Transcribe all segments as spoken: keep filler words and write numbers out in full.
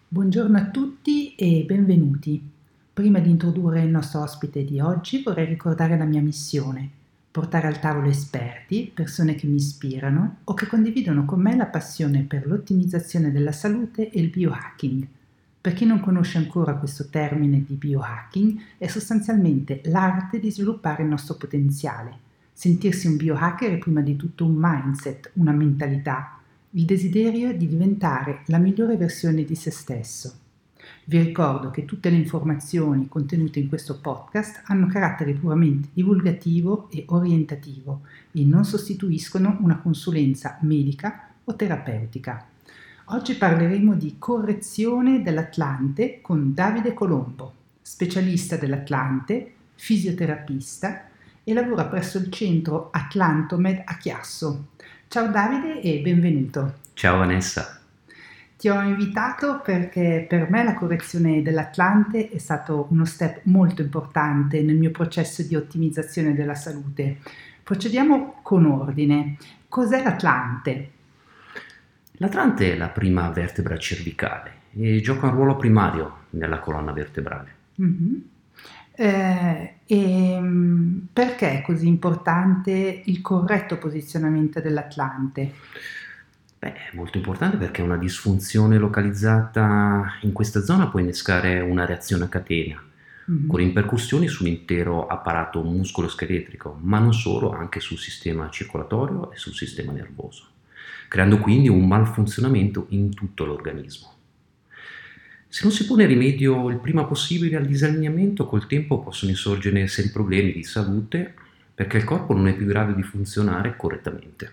Buongiorno a tutti e benvenuti. Prima di introdurre il nostro ospite di oggi vorrei ricordare la mia missione: portare al tavolo esperti, persone che mi ispirano o che condividono con me la passione per l'ottimizzazione della salute e il biohacking. Per chi non conosce ancora questo termine di biohacking, è sostanzialmente l'arte di sviluppare il nostro potenziale. Sentirsi un biohacker è prima di tutto un mindset, una mentalità, il desiderio di diventare la migliore versione di se stesso. Vi ricordo che tutte le informazioni contenute in questo podcast hanno carattere puramente divulgativo e orientativo e non sostituiscono una consulenza medica o terapeutica. Oggi parleremo di correzione dell'Atlante con Davide Colombo, specialista dell'Atlante, fisioterapista e lavora presso il centro Atlantomed a Chiasso. Ciao Davide e benvenuto. Ciao Vanessa. Ti ho invitato perché per me la correzione dell'Atlante è stato uno step molto importante nel mio processo di ottimizzazione della salute. Procediamo con ordine. Cos'è l'Atlante? L'Atlante è la prima vertebra cervicale e gioca un ruolo primario nella colonna vertebrale. Mm-hmm. Eh, e perché è così importante il corretto posizionamento dell'Atlante? Beh, è molto importante perché una disfunzione localizzata in questa zona può innescare una reazione a catena, mm-hmm. con ripercussioni sull'intero apparato muscolo-scheletrico, ma non solo, anche sul sistema circolatorio e sul sistema nervoso, creando quindi un malfunzionamento in tutto l'organismo. Se non si pone rimedio il prima possibile al disallineamento, col tempo possono insorgere seri problemi di salute perché il corpo non è più in grado di funzionare correttamente.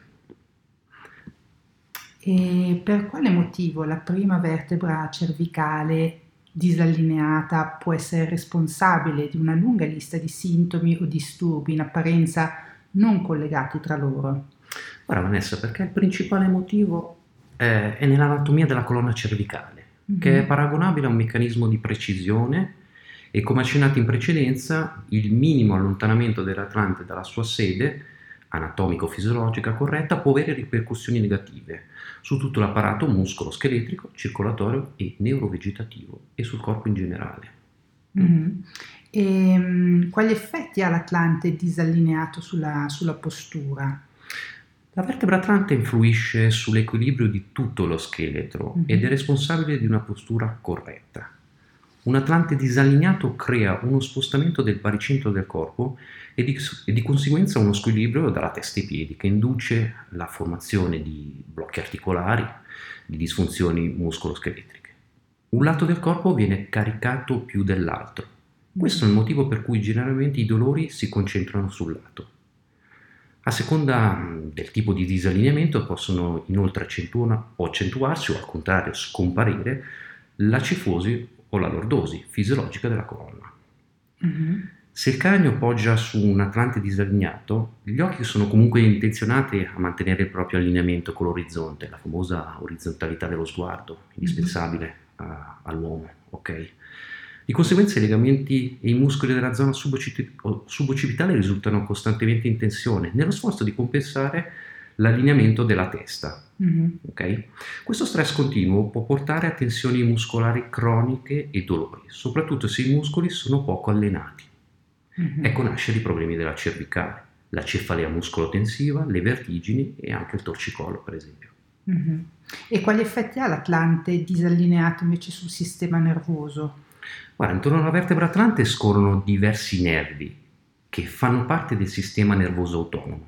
E per quale motivo la prima vertebra cervicale disallineata può essere responsabile di una lunga lista di sintomi o disturbi in apparenza non collegati tra loro? Guarda Vanessa, perché il principale motivo è, è nell'anatomia della colonna cervicale, mm-hmm. che è paragonabile a un meccanismo di precisione e, come accennato in precedenza, il minimo allontanamento dell'Atlante dalla sua sede anatomico-fisiologica corretta può avere ripercussioni negative su tutto l'apparato muscolo-scheletrico, circolatorio e neurovegetativo e sul corpo in generale. Mm-hmm. E, um, quali effetti ha l'Atlante disallineato sulla, sulla postura? La vertebra atlante influisce sull'equilibrio di tutto lo scheletro mm-hmm. ed è responsabile di una postura corretta. Un atlante disallineato crea uno spostamento del baricentro del corpo e di, e di conseguenza uno squilibrio dalla testa ai piedi che induce la formazione di blocchi articolari, di disfunzioni muscolo-scheletriche. Un lato del corpo viene caricato più dell'altro. Questo è il motivo per cui generalmente i dolori si concentrano sul lato. A seconda del tipo di disallineamento possono inoltre accentua- o accentuarsi o al contrario scomparire la cifosi o la lordosi fisiologica della colonna. Mm-hmm. Se il cranio poggia su un atlante disallineato, gli occhi sono comunque intenzionati a mantenere il proprio allineamento con l'orizzonte, la famosa orizzontalità dello sguardo, indispensabile mm-hmm. a, all'uomo, ok? Di conseguenza i legamenti e i muscoli della zona suboccipitale risultano costantemente in tensione, nello sforzo di compensare l'allineamento della testa. Mm-hmm. Okay? Questo stress continuo può portare a tensioni muscolari croniche e dolori, soprattutto se i muscoli sono poco allenati. Mm-hmm. Ecco nascere i problemi della cervicale, la cefalea muscolo-tensiva, le vertigini e anche il torcicollo, per esempio. Mm-hmm. E quali effetti ha l'Atlante disallineato invece sul sistema nervoso? Guarda, intorno alla vertebra atlante scorrono diversi nervi che fanno parte del sistema nervoso autonomo.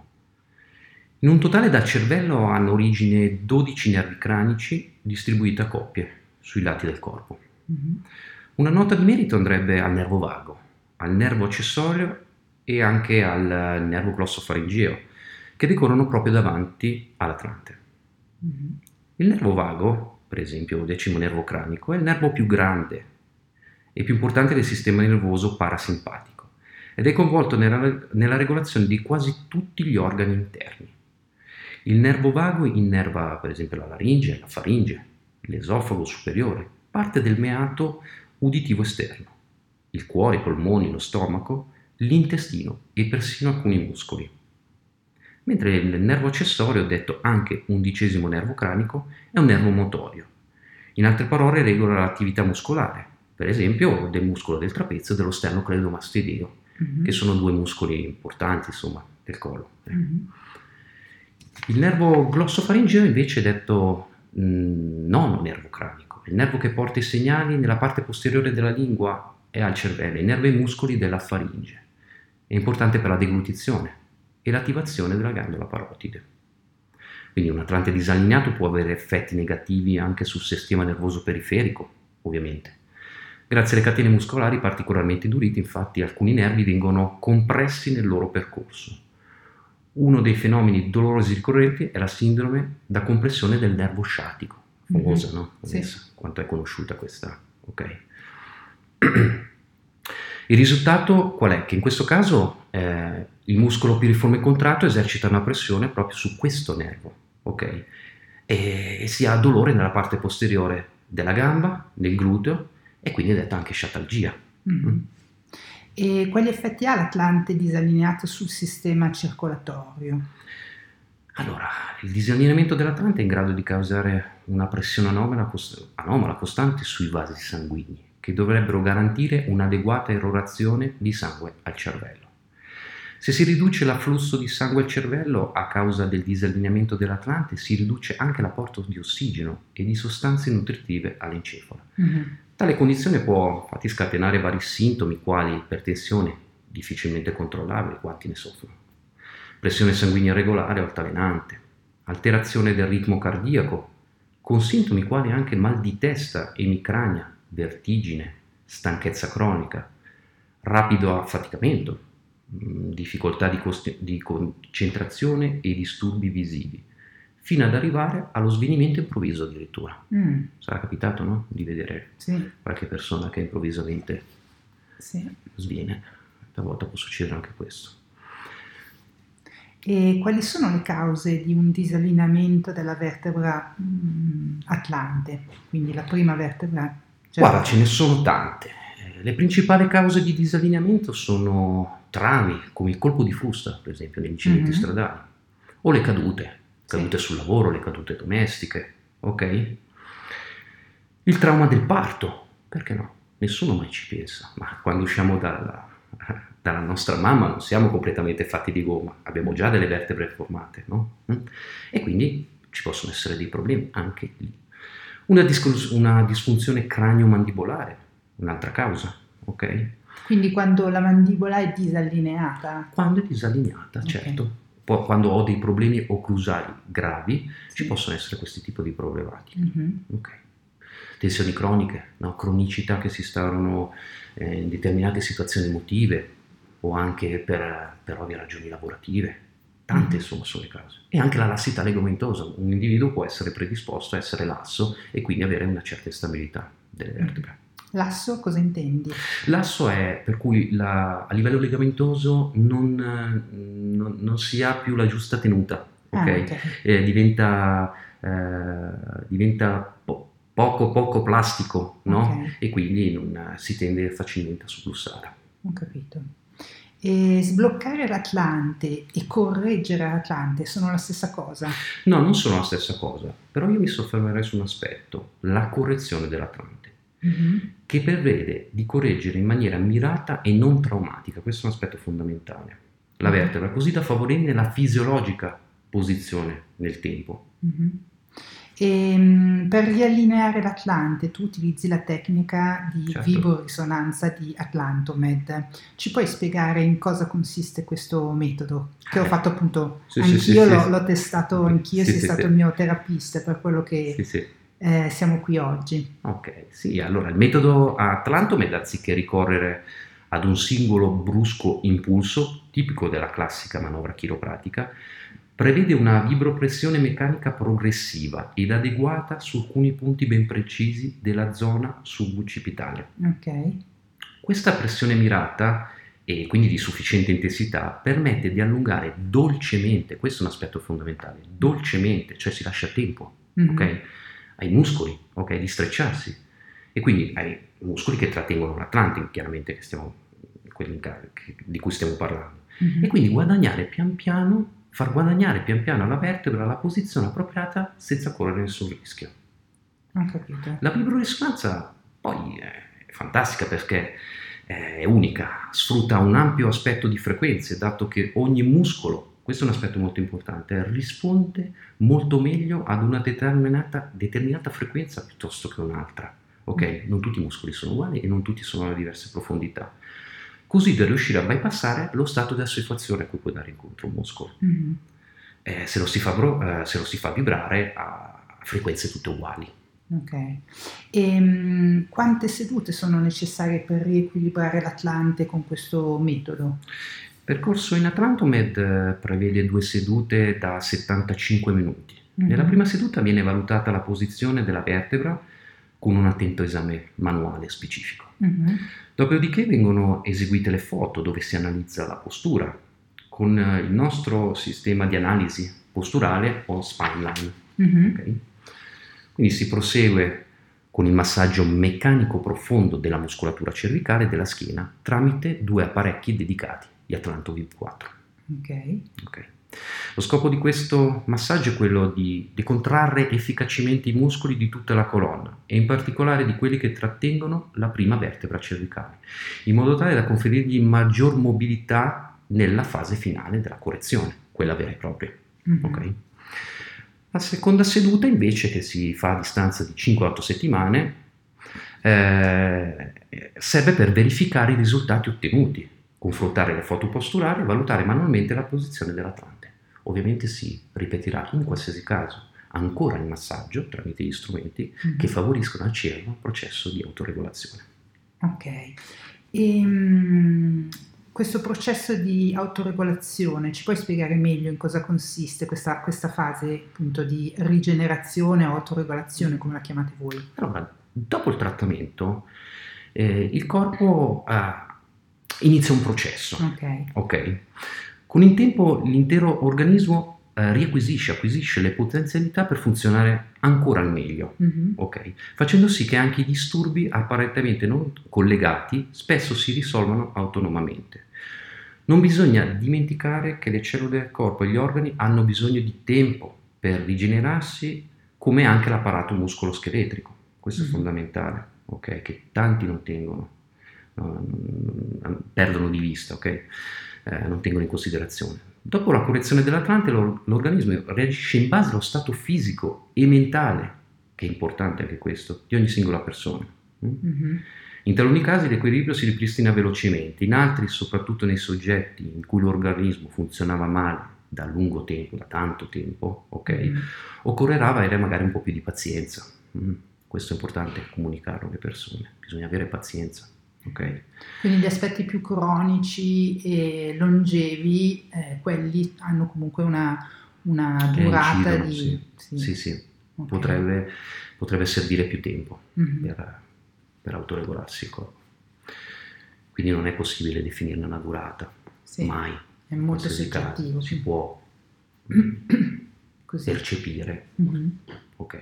In un totale dal cervello hanno origine dodici nervi cranici distribuiti a coppie sui lati del corpo. Mm-hmm. Una nota di merito andrebbe al nervo vago, al nervo accessorio e anche al nervo glossofaringeo, che decorrono proprio davanti all'atlante. Mm-hmm. Il nervo vago, per esempio il decimo nervo cranico, è il nervo più grande e più importante del sistema nervoso parasimpatico ed è coinvolto nella, nella regolazione di quasi tutti gli organi interni. Il nervo vago innerva per esempio la laringe, la faringe, l'esofago superiore, parte del meato uditivo esterno, il cuore, i polmoni, lo stomaco, l'intestino e persino alcuni muscoli. Mentre il nervo accessorio, detto anche undicesimo nervo cranico, è un nervo motorio. In altre parole regola l'attività muscolare, per esempio del muscolo del trapezio e dello sternocleidomastideo, mm-hmm. che sono due muscoli importanti, insomma, del collo. Mm-hmm. Il nervo glossofaringeo invece è detto mh, nono nervo cranico, il nervo che porta i segnali nella parte posteriore della lingua e al cervello, i nervi e i muscoli della faringe. È importante per la deglutizione e l'attivazione della ghiandola parotide. Quindi un atlante disallineato può avere effetti negativi anche sul sistema nervoso periferico, ovviamente. Grazie alle catene muscolari particolarmente indurite, infatti, alcuni nervi vengono compressi nel loro percorso. Uno dei fenomeni dolorosi ricorrenti è la sindrome da compressione del nervo sciatico, famosa, mm-hmm. no? Sì. Quanto è conosciuta questa, ok? Il risultato qual è? Che in questo caso eh, il muscolo piriforme contratto esercita una pressione proprio su questo nervo, ok? E, e si ha dolore nella parte posteriore della gamba, del gluteo, e quindi è detta anche sciatalgia. Mm-hmm. Mm. E quali effetti ha l'atlante disallineato sul sistema circolatorio? Allora, il disallineamento dell'atlante è in grado di causare una pressione anomala, cost- anomala costante sui vasi sanguigni, che dovrebbero garantire un'adeguata erogazione di sangue al cervello. Se si riduce l'afflusso di sangue al cervello a causa del disallineamento dell'atlante, si riduce anche l'apporto di ossigeno e di sostanze nutritive all'encefalo. Mm-hmm. Tale condizione può infatti scatenare vari sintomi quali ipertensione, difficilmente controllabile, quanti ne soffrono, pressione sanguigna irregolare o altalenante, alterazione del ritmo cardiaco, con sintomi quali anche mal di testa, emicrania, vertigine, stanchezza cronica, rapido affaticamento, difficoltà di, cost- di concentrazione e disturbi visivi, fino ad arrivare allo svenimento improvviso addirittura. Mm. Sarà capitato, no? Di vedere sì. qualche persona che improvvisamente sì. sviene. Talvolta può succedere anche questo. E quali sono le cause di un disallineamento della vertebra mh, atlante? Quindi la prima vertebra. Cioè... Guarda, ce ne sono tante. Le principali cause di disallineamento sono traumi, come il colpo di frusta, per esempio, negli incidenti mm-hmm. stradali, o le cadute. cadute sì. sul lavoro, le cadute domestiche, ok? Il trauma del parto, perché no? Nessuno mai ci pensa, ma quando usciamo dalla, dalla nostra mamma non siamo completamente fatti di gomma, abbiamo già delle vertebre formate, no? E quindi ci possono essere dei problemi anche lì. Una, dis- una disfunzione cranio-mandibolare, un'altra causa, ok? Quindi quando la mandibola è disallineata? Quando è disallineata, okay. certo. Quando ho dei problemi occlusali gravi, sì. ci possono essere questi tipi di problematiche. Mm-hmm. Okay. Tensioni croniche, no? cronicità che si instaurano eh, in determinate situazioni emotive o anche per, per ovvie ragioni lavorative. Tante mm-hmm. insomma sono le cause. E anche la lassità legamentosa. Un individuo può essere predisposto a essere lasso e quindi avere una certa instabilità delle vertebre. Mm-hmm. Lasso cosa intendi? Lasso è per cui la, a livello legamentoso non, non, non si ha più la giusta tenuta, ok? Ah, okay. Eh, diventa, eh, diventa po- poco poco plastico, no? Okay. E quindi non, si tende facilmente a supplussare. Ho capito. E sbloccare l'Atlante e correggere l'Atlante sono la stessa cosa? No, non sono la stessa cosa, però io mi soffermerei su un aspetto, la correzione dell'Atlante. Mm-hmm. Che prevede di correggere in maniera mirata e non traumatica. Questo è un aspetto fondamentale. La vertebra, così da favorire la fisiologica posizione nel tempo. Mm-hmm. E, per riallineare l'Atlante tu utilizzi la tecnica di certo. vibrorisonanza di Atlantomed. Ci puoi spiegare in cosa consiste questo metodo? Che ho fatto appunto sì, anch'io, sì, l'ho, sì, l'ho testato anch'io, sì, sei sì, stato sì. il mio terapista, per quello che... Sì, sì. Eh, siamo qui oggi. Ok, sì, allora il metodo Atlantomed, anziché ricorrere ad un singolo brusco impulso, tipico della classica manovra chiropratica, prevede una vibropressione meccanica progressiva ed adeguata su alcuni punti ben precisi della zona suboccipitale. Ok. Questa pressione mirata e quindi di sufficiente intensità permette di allungare dolcemente, questo è un aspetto fondamentale, dolcemente, cioè si lascia tempo, mm-hmm. ok? Ai muscoli, ok, di strecciarsi, e quindi ai muscoli che trattengono l'Atlante, chiaramente che stiamo, quelli che, di cui stiamo parlando, mm-hmm. e quindi guadagnare pian piano, far guadagnare pian piano alla vertebra la posizione appropriata senza correre nessun rischio. Ho capito. La vibrorisonanza poi è fantastica perché è unica, sfrutta un ampio aspetto di frequenze, dato che ogni muscolo, questo è un aspetto molto importante, risponde molto meglio ad una determinata, determinata frequenza piuttosto che un'altra. Ok? Non tutti i muscoli sono uguali e non tutti sono a diverse profondità. Così da riuscire a bypassare lo stato di assuefazione a cui può dare incontro un muscolo. Mm-hmm. Eh, se, lo si fa bro- eh, se lo si fa vibrare a frequenze tutte uguali. Ok. E um, quante sedute sono necessarie per riequilibrare l'Atlante con questo metodo? Il percorso in Atlantomed prevede due sedute da settantacinque minuti. Mm-hmm. Nella prima seduta viene valutata la posizione della vertebra con un attento esame manuale specifico. Mm-hmm. Dopodiché vengono eseguite le foto dove si analizza la postura con il nostro sistema di analisi posturale o Spineline. Mm-hmm. Okay? Quindi si prosegue con il massaggio meccanico profondo della muscolatura cervicale e della schiena tramite due apparecchi dedicati, gli Atlanto V quattro. Okay. Okay. Lo scopo di questo massaggio è quello di, di contrarre efficacemente i muscoli di tutta la colonna e in particolare di quelli che trattengono la prima vertebra cervicale, in modo tale da conferirgli maggior mobilità nella fase finale della correzione, quella vera e propria. Mm-hmm. Okay? La seconda seduta invece, che si fa a distanza di cinque otto settimane, eh, serve per verificare i risultati ottenuti, confrontare le foto posturali e valutare manualmente la posizione dell'Atlante. Ovviamente si ripeterà in qualsiasi caso ancora il massaggio tramite gli strumenti mm-hmm. che favoriscono al cervello il processo di autoregolazione. Ok. E, um, questo processo di autoregolazione, ci puoi spiegare meglio in cosa consiste questa, questa fase appunto di rigenerazione o autoregolazione, come la chiamate voi? Allora, dopo il trattamento eh, il corpo ah, inizia un processo. Ok. Ok. Con il tempo l'intero organismo eh, riacquisisce, acquisisce le potenzialità per funzionare ancora al meglio, mm-hmm. ok? Facendo sì che anche i disturbi apparentemente non collegati spesso si risolvano autonomamente. Non bisogna dimenticare che le cellule del corpo e gli organi hanno bisogno di tempo per rigenerarsi, come anche l'apparato muscolo-scheletrico. Questo mm-hmm. è fondamentale, ok? Che tanti non tengono, no, perdono di vista, ok? Eh, non tengono in considerazione. Dopo la correzione dell'Atlante l'organismo reagisce in base allo stato fisico e mentale, che è importante anche questo, di ogni singola persona. Mm-hmm. In taluni casi l'equilibrio si ripristina velocemente, in altri, soprattutto nei soggetti in cui l'organismo funzionava male da lungo tempo, da tanto tempo, ok, mm-hmm. occorrerà avere magari un po' più di pazienza. Mm. Questo è importante comunicarlo alle persone, bisogna avere pazienza. Okay. Quindi gli aspetti più cronici e longevi, eh, quelli hanno comunque una, una durata incidono, di... Sì, sì, sì. sì. Okay. Potrebbe, potrebbe servire più tempo mm-hmm. per, per autoregolarsi il corpo. Quindi non è possibile definirne una durata, sì. mai. È molto soggettivo. Si può Così. percepire. Mm-hmm. Ok.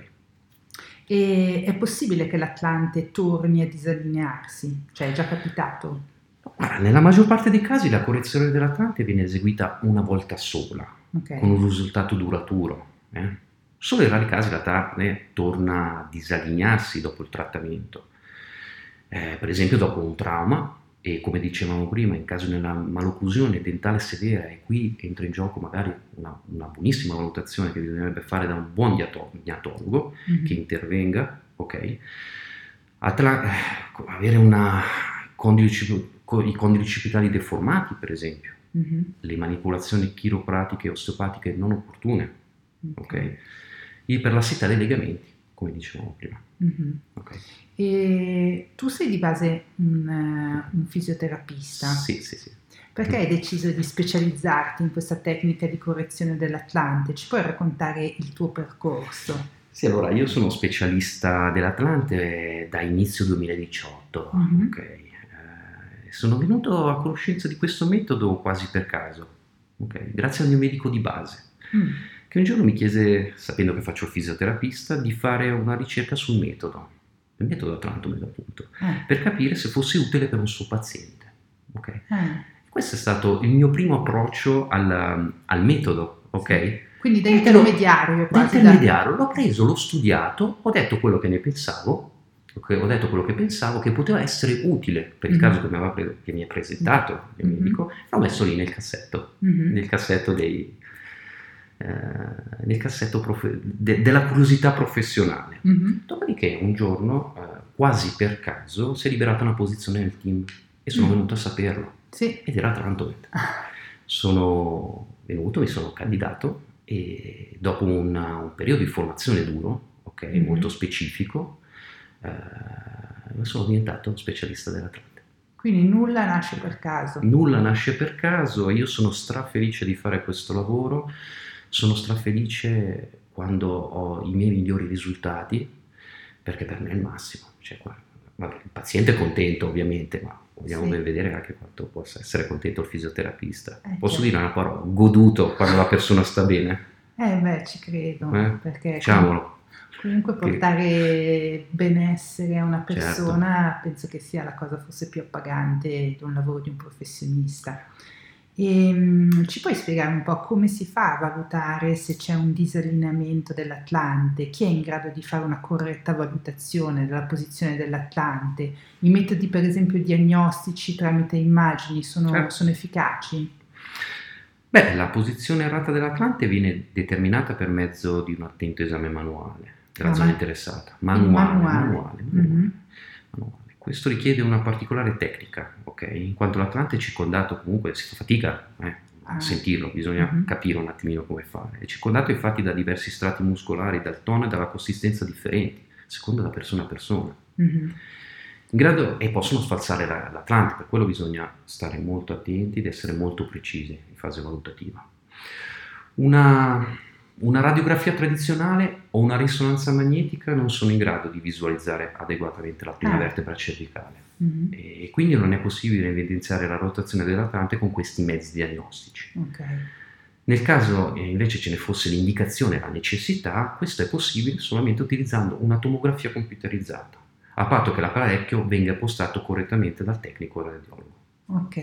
E è possibile che l'Atlante torni a disallinearsi? Cioè è già capitato? Guarda, nella maggior parte dei casi la correzione dell'Atlante viene eseguita una volta sola, okay. con un risultato duraturo. Eh? Solo in rari casi l'Atlante torna a disallinearsi dopo il trattamento. Eh, per esempio dopo un trauma e, come dicevamo prima, in caso di una malocclusione dentale severa, e qui entra in gioco magari una, una buonissima valutazione che bisognerebbe fare da un buon diatologo mm-hmm. che intervenga, ok? Atla- avere una condili, i condili occipitali deformati, per esempio, mm-hmm. le manipolazioni chiropratiche e osteopatiche non opportune, ok? okay? Iperlassità dei legamenti, come dicevamo prima. Mm-hmm. Okay. E tu sei di base un, uh, un fisioterapista? Sì, sì, sì. Perché hai deciso di specializzarti in questa tecnica di correzione dell'Atlante? Ci puoi raccontare il tuo percorso? Sì, allora io sono specialista dell'Atlante da inizio duemiladiciotto, mm-hmm. ok? Eh, sono venuto a conoscenza di questo metodo quasi per caso, ok? Grazie al mio medico di base. Mm. Che un giorno mi chiese, sapendo che faccio il fisioterapista, di fare una ricerca sul metodo, il metodo Atlantomed appunto, eh. per capire se fosse utile per un suo paziente. Okay? Eh. Questo è stato il mio primo approccio al, al metodo, ok? Sì. Quindi da E intermediario Da quasi. intermediario, l'ho preso, l'ho studiato, ho detto quello che ne pensavo, ok, ho detto quello che pensavo che poteva essere utile per il Mhm. caso che mi, aveva pre- che mi ha presentato il mio Mhm. medico, l'ho messo lì nel cassetto, Mhm. nel cassetto dei, eh, nel cassetto profe- de- della curiosità professionale. Mhm. Dopodiché un giorno, eh, quasi per caso, si è liberata una posizione nel team e sono Mm. venuto a saperlo. Sì. Ed era Atlantomed. Sono venuto, mi sono candidato e dopo una- un periodo di formazione duro, ok, Mhm. molto specifico, eh, sono diventato specialista dell'Atlante. Quindi nulla nasce per caso. Nulla nasce per caso, io sono strafelice di fare questo lavoro, sono strafelice quando ho i miei migliori risultati, perché per me è il massimo. Cioè, qua- vabbè, il paziente è contento ovviamente, ma vogliamo Sì. ben vedere anche quanto possa essere contento il fisioterapista. Eh, Posso certo. dire una parola, goduto quando la persona sta bene? Eh beh, ci credo, Eh? perché Diciamolo. comunque Che- portare benessere a una Certo. persona penso che sia la cosa forse più appagante di un lavoro di un professionista. E, mm, ci puoi spiegare un po' come si fa a valutare se c'è un disallineamento dell'Atlante? Chi è in grado di fare una corretta valutazione della posizione dell'Atlante? I metodi, per esempio, diagnostici tramite immagini sono, Certo. sono efficaci? Beh, la posizione errata dell'Atlante viene determinata per mezzo di un attento esame manuale della Ah, zona ma- interessata. quindi Manuale, manuale. manuale, manuale, Mhm. manuale. Questo richiede una particolare tecnica, ok? In quanto l'Atlante è circondato, comunque si fa fatica eh, a Ah. sentirlo, bisogna Mhm. capire un attimino come fare. È circondato infatti da diversi strati muscolari, dal tono e dalla consistenza differenti, secondo da persona a persona. Mhm. In grado, e possono sfalsare la- l'Atlante, per quello bisogna stare molto attenti ed essere molto precisi in fase valutativa. Una, una radiografia tradizionale o una risonanza magnetica non sono in grado di visualizzare adeguatamente la prima Ah. vertebra cervicale Mhm. e quindi non è possibile evidenziare la rotazione dell'Atlante con questi mezzi diagnostici. Ok. Nel caso eh, invece ce ne fosse l'indicazione e la necessità, questo è possibile solamente utilizzando una tomografia computerizzata, a patto che l'apparecchio venga postato correttamente dal tecnico radiologo. Ok.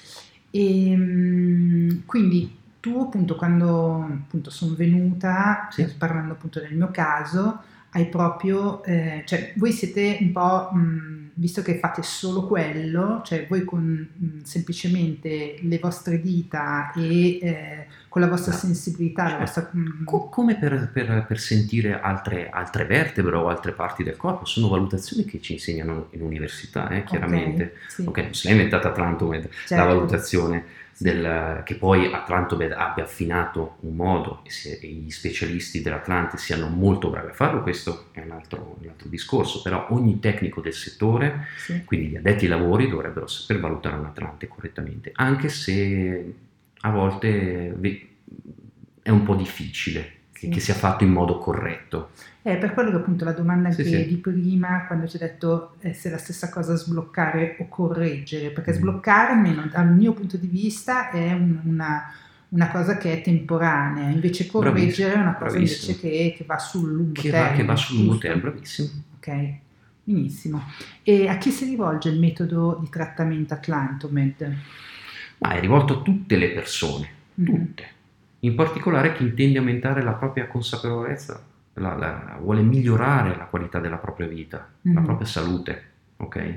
E, mm, quindi tu appunto quando appunto sono venuta, Sì. eh, parlando appunto del mio caso, hai proprio, eh, cioè voi siete un po', mm, visto che fate solo quello, cioè voi con mm, semplicemente le vostre dita e eh, con la vostra No. sensibilità, la Certo. vostra... mm, Co- come per, per- per sentire altre, altre vertebre o altre parti del corpo, sono valutazioni che ci insegnano in università, eh, chiaramente. Ok, sì. Ok, non se l'ha inventata Atlantomed, la Certo. valutazione Sì. del, che poi Atlantomed abbia affinato un modo e, se, e gli specialisti dell'Atlante siano molto bravi a farlo, questo è un altro, un altro discorso, però ogni tecnico del settore, Sì. quindi gli addetti ai lavori, dovrebbero saper valutare un Atlante correttamente, anche se a volte ve- è un po' difficile che, Sì. che sia fatto in modo corretto. È per quello che appunto la domanda Sì, anche sì. di prima, quando ci ho detto eh, se è la stessa cosa sbloccare o correggere, perché Mm. sbloccare, almeno dal mio punto di vista, è un- una, una cosa che è temporanea, invece correggere è una cosa Bravissimo. invece che, che va sul lungo Che va, termine. che va sul lungo giusto? termine, bravissimo. Ok, benissimo. E a chi si rivolge il metodo di trattamento Atlantomed? Ma è rivolto a tutte le persone, Mhm. tutte. In particolare chi intende aumentare la propria consapevolezza, la- la- vuole migliorare la qualità della propria vita, la Mhm. propria salute, ok?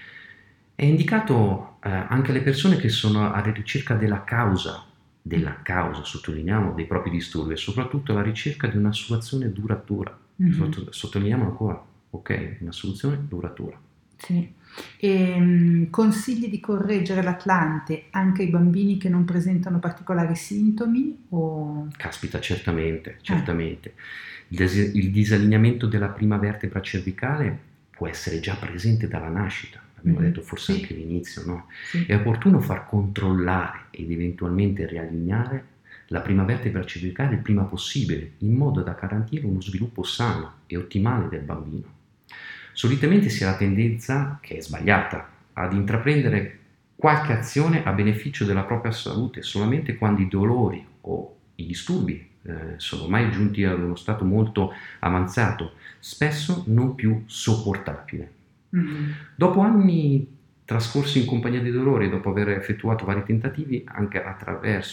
È indicato eh, anche alle persone che sono alla ricerca della causa, della causa, sottolineiamo, dei propri disturbi e soprattutto alla ricerca di una soluzione duratura. Mhm. Sotto- sottolineiamo ancora, ok? Una soluzione duratura. Sì. E, mm, consigli di correggere l'Atlante anche ai bambini che non presentano particolari sintomi? O... Caspita, certamente, certamente. Il, des- il disallineamento della prima vertebra cervicale può essere già presente dalla nascita, abbiamo Mhm. detto forse Sì. anche all'inizio, no? Sì. È opportuno far controllare ed eventualmente riallineare la prima vertebra cervicale il prima possibile, in modo da garantire uno sviluppo sano e ottimale del bambino. Solitamente si ha la tendenza, che è sbagliata, ad intraprendere qualche azione a beneficio della propria salute solamente quando i dolori o i disturbi eh, sono ormai giunti ad uno stato molto avanzato, spesso non più sopportabile. Mhm. Dopo anni trascorsi in compagnia di dolore, dopo aver effettuato vari tentativi, anche attraverso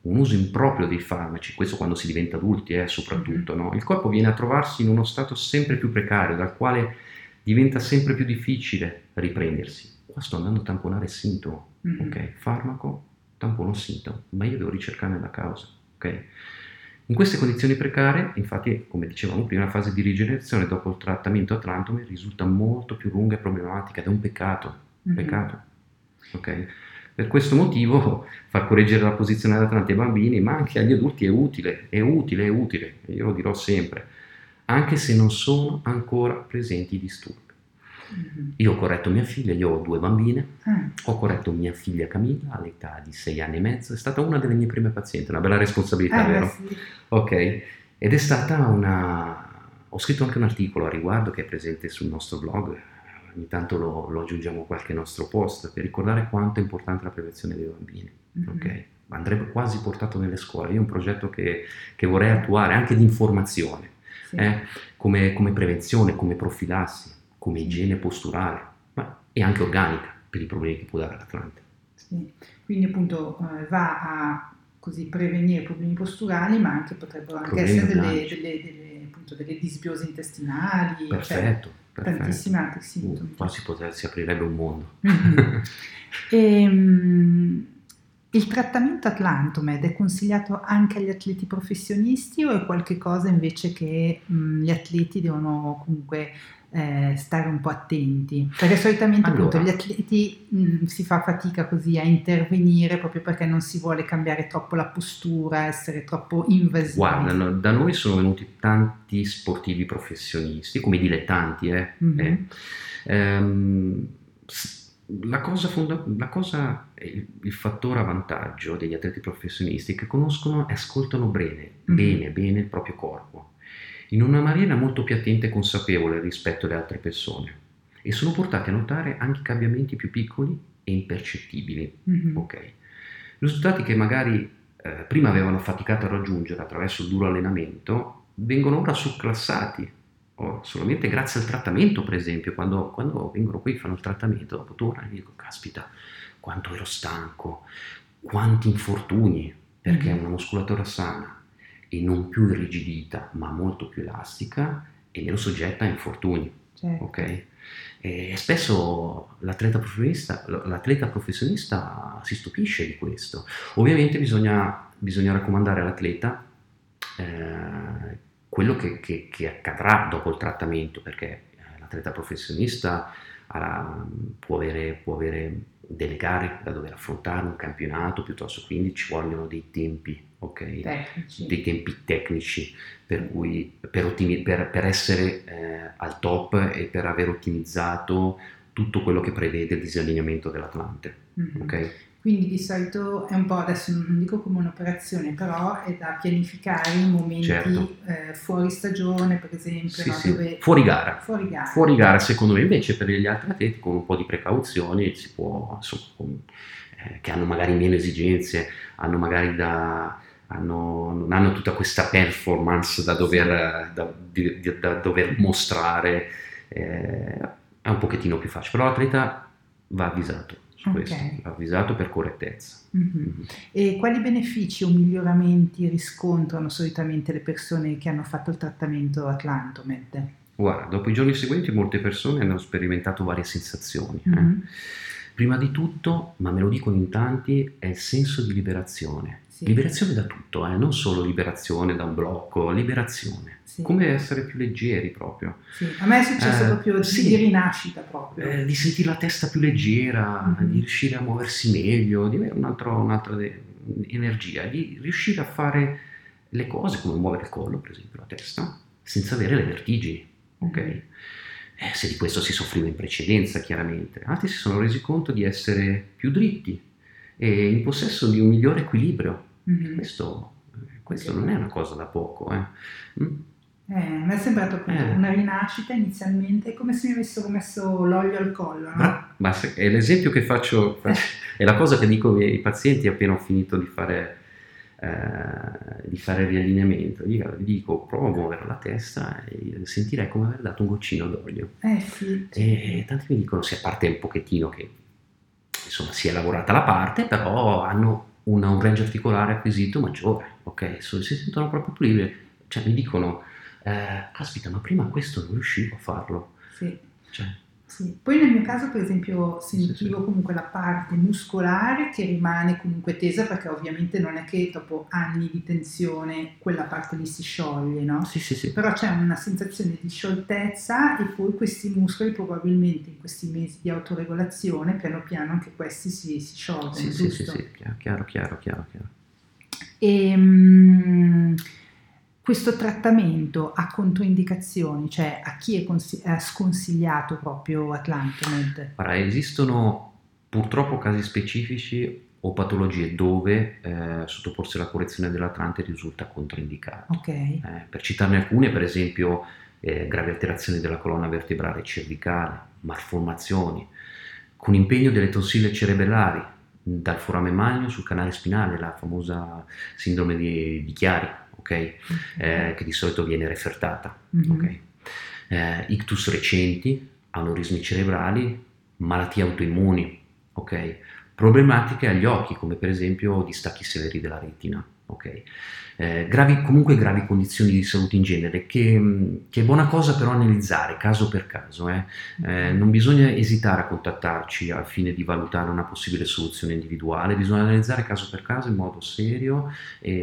un uso improprio dei farmaci, questo quando si diventa adulti eh, soprattutto, no? Il corpo viene a trovarsi in uno stato sempre più precario, dal quale diventa sempre più difficile riprendersi. Qua sto andando a tamponare il sintomo, mm-hmm. ok? Farmaco, tampono sintomo, ma io devo ricercarne la causa, ok? In queste condizioni precarie, infatti, come dicevamo prima, la fase di rigenerazione dopo il trattamento Atlantome risulta molto più lunga e problematica ed è un peccato, mm-hmm. peccato, ok? Per questo motivo far correggere la posizione dell'Atlante ai bambini, ma anche agli adulti, è utile, è utile, è utile, io lo dirò sempre, anche se non sono ancora presenti i disturbi. Mm-hmm. Io ho corretto mia figlia, io ho due bambine, mm. ho corretto mia figlia Camilla all'età di sei anni e mezzo, è stata una delle mie prime pazienti, una bella responsabilità, eh, vero? Sì. Ok, ed è stata una... ho scritto anche un articolo a riguardo che è presente sul nostro blog, ogni tanto lo, lo aggiungiamo a qualche nostro post, per ricordare quanto è importante la prevenzione dei bambini, mm-hmm. ok? Andrebbe quasi portato nelle scuole, io ho un progetto che, che vorrei attuare, anche di informazione, sì. eh? come, come prevenzione, come profilassi, come igiene posturale, ma e anche organica per i problemi che può dare l'Atlante. Sì. Quindi appunto eh, va a così prevenire problemi posturali, ma anche potrebbero anche problemi essere delle, delle, delle, appunto, delle disbiose intestinali. Perfetto, cioè, perfetto. Tantissimi altri sintomi. Uh, qua si, potrebbe, si aprirebbe un mondo. Mm-hmm. e, um, il trattamento Atlantomed è consigliato anche agli atleti professionisti o è qualche cosa invece che um, gli atleti devono comunque eh, stare un po' attenti? Perché solitamente allora, appunto gli atleti mh, si fa fatica così a intervenire proprio perché non si vuole cambiare troppo la postura, essere troppo invasivi. Guarda, no, da noi sono venuti tanti sportivi professionisti, come dilettanti, eh. Mm-hmm. eh. Ehm, La cosa, fonda- la cosa il, il fattore a vantaggio degli atleti professionisti è che conoscono e ascoltano bene, mm-hmm. bene, bene il proprio corpo, in una maniera molto più attenta e consapevole rispetto alle altre persone, e sono portati a notare anche cambiamenti più piccoli e impercettibili. Mm-hmm. Okay. Risultati che magari eh, prima avevano faticato a raggiungere attraverso il duro allenamento vengono ora surclassati. Oh, solamente grazie al trattamento, per esempio, quando, quando vengono qui, fanno il trattamento, dopo due ore dico, caspita, quanto ero stanco, quanti infortuni, perché mm-hmm. è una muscolatura sana e non più irrigidita, ma molto più elastica e meno soggetta a infortuni, certo. ok? E spesso l'atleta professionista, l'atleta professionista si stupisce di questo. Ovviamente bisogna, bisogna raccomandare all'atleta eh, quello che, che, che accadrà dopo il trattamento, perché l'atleta professionista ha, può, avere, può avere delle gare da dover affrontare, un campionato, piuttosto, quindi ci vogliono dei tempi, ok? Tecnici. Dei tempi tecnici per cui per, ottimi, per, per essere eh, al top e per aver ottimizzato tutto quello che prevede il disallineamento dell'Atlante, mm-hmm. ok? Quindi di solito è un po', adesso non dico come un'operazione, però è da pianificare in momenti certo. eh, fuori stagione, per esempio. Sì, no? sì. Dove... Fuori gara. Fuori gara. Fuori gara, secondo me, invece per gli altri atleti con un po' di precauzioni si può, insomma, con, eh, che hanno magari meno esigenze, hanno magari da... Hanno, non hanno tutta questa performance da dover, da, di, da dover mostrare, eh, è un pochettino più facile, però l'atleta va avvisato. Okay. Questo, avvisato per correttezza. Mm-hmm. Mm-hmm. E quali benefici o miglioramenti riscontrano solitamente le persone che hanno fatto il trattamento Atlantomed? Guarda, dopo i giorni seguenti molte persone hanno sperimentato varie sensazioni. Mm-hmm. Eh. Prima di tutto, ma me lo dicono in tanti, è il senso di liberazione. Sì. Liberazione da tutto, eh? Non solo liberazione da un blocco, liberazione. Sì. Come essere più leggeri proprio. Sì. A me è successo eh, proprio di, sì. di rinascita proprio. Eh, di sentire la testa più leggera, mm-hmm. di riuscire a muoversi meglio, di avere un altro, un'altra de- energia, di riuscire a fare le cose come muovere il collo, per esempio, la testa, senza avere le vertigini, ok? Mm-hmm. Eh, se di questo si soffriva in precedenza, chiaramente. Altri si sono resi conto di essere più dritti e in possesso di un migliore equilibrio. Mm-hmm. Questo, questo non è una cosa da poco. Eh. Mm? Eh, a me è sembrato appunto eh. una rinascita inizialmente, come se mi avessero messo l'olio al collo, no? Ma, ma se, è l'esempio che faccio, faccio è la cosa che dico ai pazienti appena ho finito di fare, eh, di fare il riallineamento. Io gli dico, prova a muovere la testa e sentirai come aver dato un goccino d'olio. Eh sì. E, e tanti mi dicono, sì, a parte un pochettino che insomma si è lavorata la parte, però hanno una, un range articolare acquisito maggiore, ok? So, si sentono proprio più liberi, cioè mi dicono, eh, caspita, ma prima questo non riuscivo a farlo. Sì. Cioè, Sì. Poi nel mio caso, per esempio, sì, sentivo sì. comunque la parte muscolare che rimane comunque tesa, perché ovviamente non è che dopo anni di tensione quella parte lì si scioglie, no? Sì, sì, sì. Però c'è una sensazione di scioltezza e poi questi muscoli probabilmente in questi mesi di autoregolazione piano piano anche questi si, si sciolgono, Sì, sì, sì, giusto? sì, chiaro, chiaro, chiaro, chiaro. E, mm, questo trattamento ha controindicazioni, cioè a chi è, consi- è sconsigliato proprio Atlantomed? Ora, esistono purtroppo casi specifici o patologie dove eh, sottoporsi alla correzione dell'Atlante risulta controindicato. Ok. Eh, per citarne alcune, per esempio, eh, gravi alterazioni della colonna vertebrale cervicale, malformazioni, con impegno delle tonsille cerebellari, dal forame magno sul canale spinale, la famosa sindrome di, di Chiari, ok? Eh, che di solito viene refertata, Mhm. ok? Eh, ictus recenti, aneurismi cerebrali, malattie autoimmuni, ok? Problematiche agli occhi, come per esempio distacchi severi della retina, ok? Eh, gravi, comunque gravi condizioni di salute in genere, che, che è buona cosa però analizzare caso per caso. Eh. Eh, non bisogna esitare a contattarci al fine di valutare una possibile soluzione individuale, bisogna analizzare caso per caso in modo serio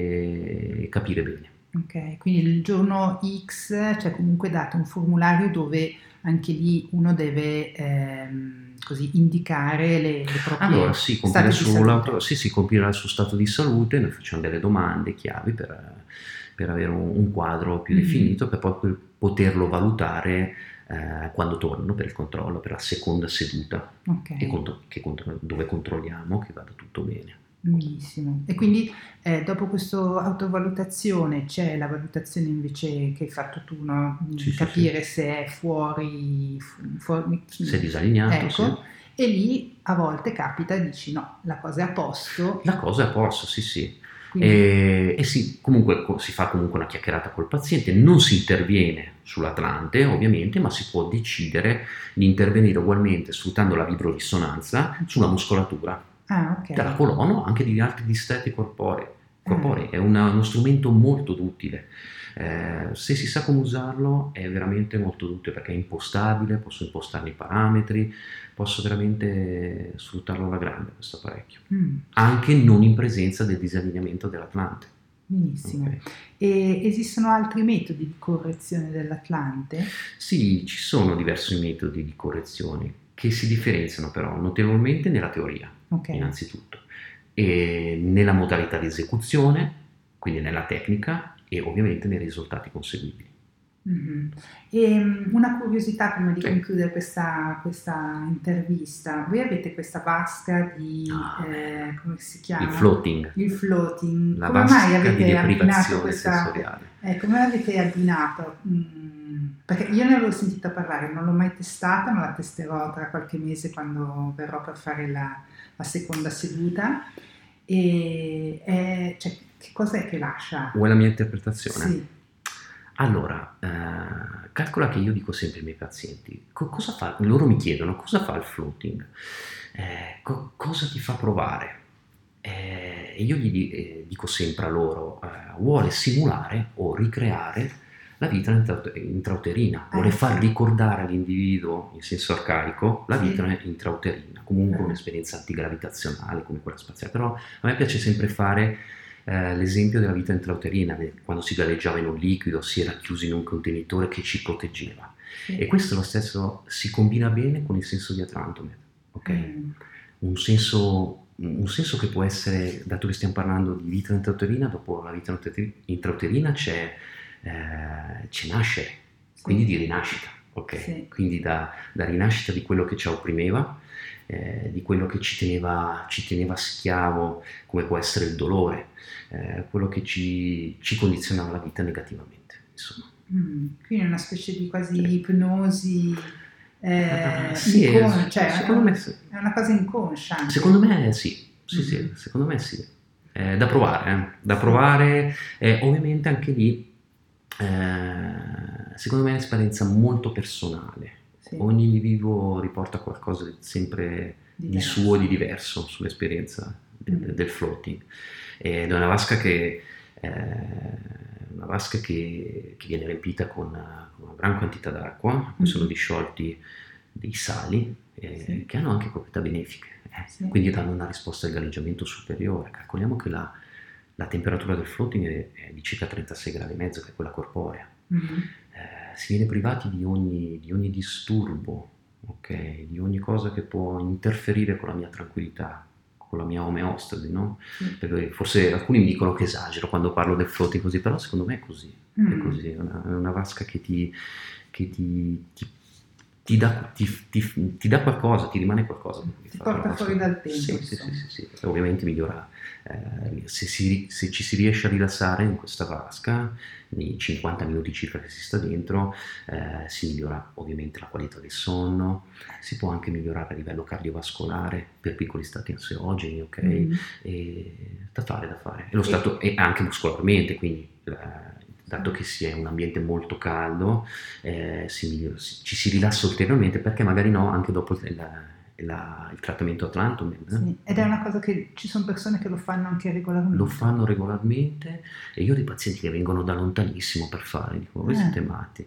e, e capire bene. Ok, quindi il giorno X c'è comunque dato un formulario dove anche lì uno deve ehm, così indicare le, le proprie Allora, sì, compila stati di salute. sull'auto, sì, sì, compila il suo stato di salute, noi facciamo delle domande chiavi per, per avere un, un quadro più Mhm. definito, per poi poterlo valutare eh, quando tornano per il controllo, per la seconda seduta, Ok, e contro- che contro- dove controlliamo che vada tutto bene. benissimo. E quindi eh, dopo questa autovalutazione c'è la valutazione invece che hai fatto tu, no? Di Sì, sì, capire sì. se è fuori, fu- fuori- Se è disallineato, sì. ecco, e lì a volte capita e dici no, la cosa è a posto, La cosa è a posto, sì, sì. quindi E, e sì, comunque co- si fa comunque una chiacchierata col paziente, non si interviene sull'Atlante ovviamente, ma si può decidere di intervenire ugualmente sfruttando la vibrorisonanza sulla muscolatura ah, ok. della colonna o anche di altri distretti corporei. corporei. Ah, È una- uno strumento molto utile. Eh, se si sa come usarlo è veramente molto utile perché è impostabile, posso impostarne i parametri, posso veramente sfruttarlo alla grande questo apparecchio, mm, anche non in presenza del disallineamento dell'Atlante. benissimo. Ok. E esistono altri metodi di correzione dell'Atlante? Sì, ci sono diversi metodi di correzione che si differenziano però notevolmente nella teoria, Ok. innanzitutto, e nella modalità di esecuzione, quindi nella tecnica e ovviamente nei risultati conseguibili. Mhm. E, mm, una curiosità prima di Sì. concludere questa, questa intervista, voi avete questa vasca di, Ah, eh, come si chiama? Il floating, Il floating. la Come mai vasca di avete abbinato deprivazione questa, sensoriale. eh, come l'avete abbinato? Mm, perché io ne avevo sentito parlare, non l'ho mai testata, ma la testerò tra qualche mese quando verrò per fare la, la seconda seduta. E, eh, cioè, che cos'è che lascia? Vuoi la mia interpretazione? Sì. Allora, eh, calcola che io dico sempre ai miei pazienti, co- cosa fa? Loro mi chiedono cosa fa il floating, Eh, co- cosa ti fa provare? Eh, E io gli di- eh, dico sempre a loro, eh, vuole simulare o ricreare la vita intraut- intrauterina, vuole Eh, far sì. ricordare all'individuo, in senso arcaico, la Sì. vita intrauterina, comunque Eh. un'esperienza antigravitazionale come quella spaziale, però a me piace sempre fare eh, l'esempio della vita intrauterina, de- quando si galleggiava in un liquido, si era chiusi in un contenitore che ci proteggeva. Sì. E questo lo stesso si combina bene con il senso di Atlantomed, ok? Mm. Un senso, un senso che può essere, dato che stiamo parlando di vita intrauterina, dopo la vita intrauterina c'è, eh, c'è nascere, Sì. quindi di rinascita, ok? Sì. Quindi da, da rinascita di quello che ci opprimeva, eh, di quello che ci teneva, ci teneva schiavo, come può essere il dolore, eh, quello che ci, ci condizionava la vita negativamente, insomma. Mm. Quindi è una specie di quasi Sì. ipnosi, eh, Ah, sì, incon- è- cioè secondo è, me un- sì. è una cosa inconscia anche. Secondo me sì, sì, Mhm. sì, secondo me sì. È da provare, eh, da Sì. provare, eh, ovviamente anche lì, eh, secondo me è un'esperienza molto personale. Sì. Ogni individuo riporta qualcosa di sempre di Diverso. suo e di diverso sull'esperienza del, del floating. Ed è una vasca che, eh, una vasca che, che viene riempita con, con una gran quantità d'acqua, a cui sono disciolti dei sali eh, Sì. che hanno anche proprietà benefiche, eh, Sì. quindi danno una risposta al galleggiamento superiore. Calcoliamo che la, la temperatura del floating è, è di circa trentasei gradi e mezzo, che è quella corporea. Mm-hmm. Eh, si viene privati di ogni, di ogni disturbo, ok? Di ogni cosa che può interferire con la mia tranquillità, con la mia omeostasi, no? Sì. Perché forse alcuni mi dicono che esagero quando parlo del floating così, però secondo me è così, mm. è così, è una, è una vasca che ti, che ti, ti, ti, dà, ti, ti, ti dà qualcosa, ti rimane qualcosa. Ti porta fuori dal tempo. Sì, sì, sì, sì, sì. Ovviamente migliora, eh, se, si, se ci si riesce a rilassare in questa vasca, nei cinquanta minuti circa che si sta dentro, eh, si migliora ovviamente la qualità del sonno, si può anche migliorare a livello cardiovascolare per piccoli stati ansiogeni, ok? Mm. E da fare, da fare. E lo stato, e anche muscolarmente, quindi eh, dato che si è un ambiente molto caldo, eh, si migliora, si, ci si rilassa ulteriormente, perché magari no, anche dopo il, la, il trattamento Atlantum. Eh? Sì, ed è una cosa che ci sono persone che lo fanno anche regolarmente. Lo fanno regolarmente, e io ho dei pazienti che vengono da lontanissimo per fare, dico, voi eh, siete matti.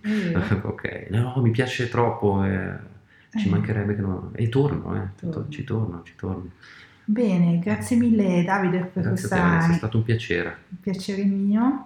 Ok, no, mi piace troppo, eh, ci eh. mancherebbe che no, e torno, eh, torno. ci torno, ci torno. Bene, grazie mille Davide per grazie questa... Grazie a te Vanessa, è stato un piacere. Un piacere mio,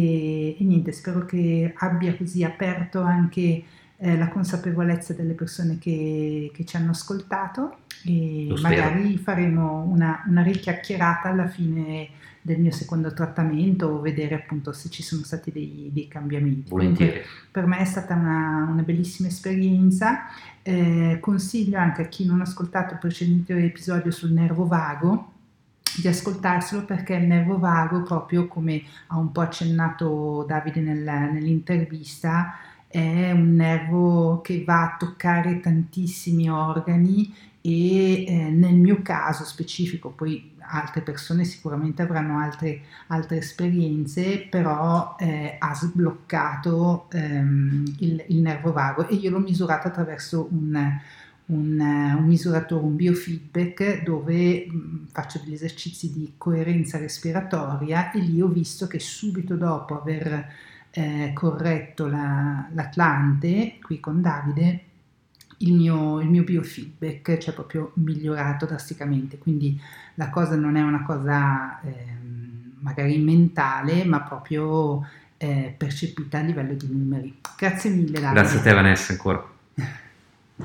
e, e niente, spero che abbia così aperto anche eh, la consapevolezza delle persone che, che ci hanno ascoltato, e magari faremo una, una richiacchierata alla fine del mio secondo trattamento, o vedere appunto se ci sono stati dei, dei cambiamenti. Volentieri. Comunque, per me è stata una, una bellissima esperienza. Eh, consiglio anche a chi non ha ascoltato il precedente episodio sul nervo vago di ascoltarselo, perché il nervo vago, proprio come ha un po' accennato Davide nel, nell'intervista, è un nervo che va a toccare tantissimi organi, e eh, nel mio caso specifico, poi altre persone sicuramente avranno altre, altre esperienze, però eh, ha sbloccato ehm, il, il nervo vago, e io l'ho misurato attraverso un, un, un misuratore, un biofeedback, dove mh, faccio degli esercizi di coerenza respiratoria, e lì ho visto che subito dopo aver eh, corretto la, l'Atlante qui con Davide, Il mio, il mio biofeedback ci è proprio migliorato drasticamente. Quindi la cosa non è una cosa eh, magari mentale, ma proprio eh, percepita a livello di numeri. Grazie mille Davide. Grazie a te Vanessa ancora.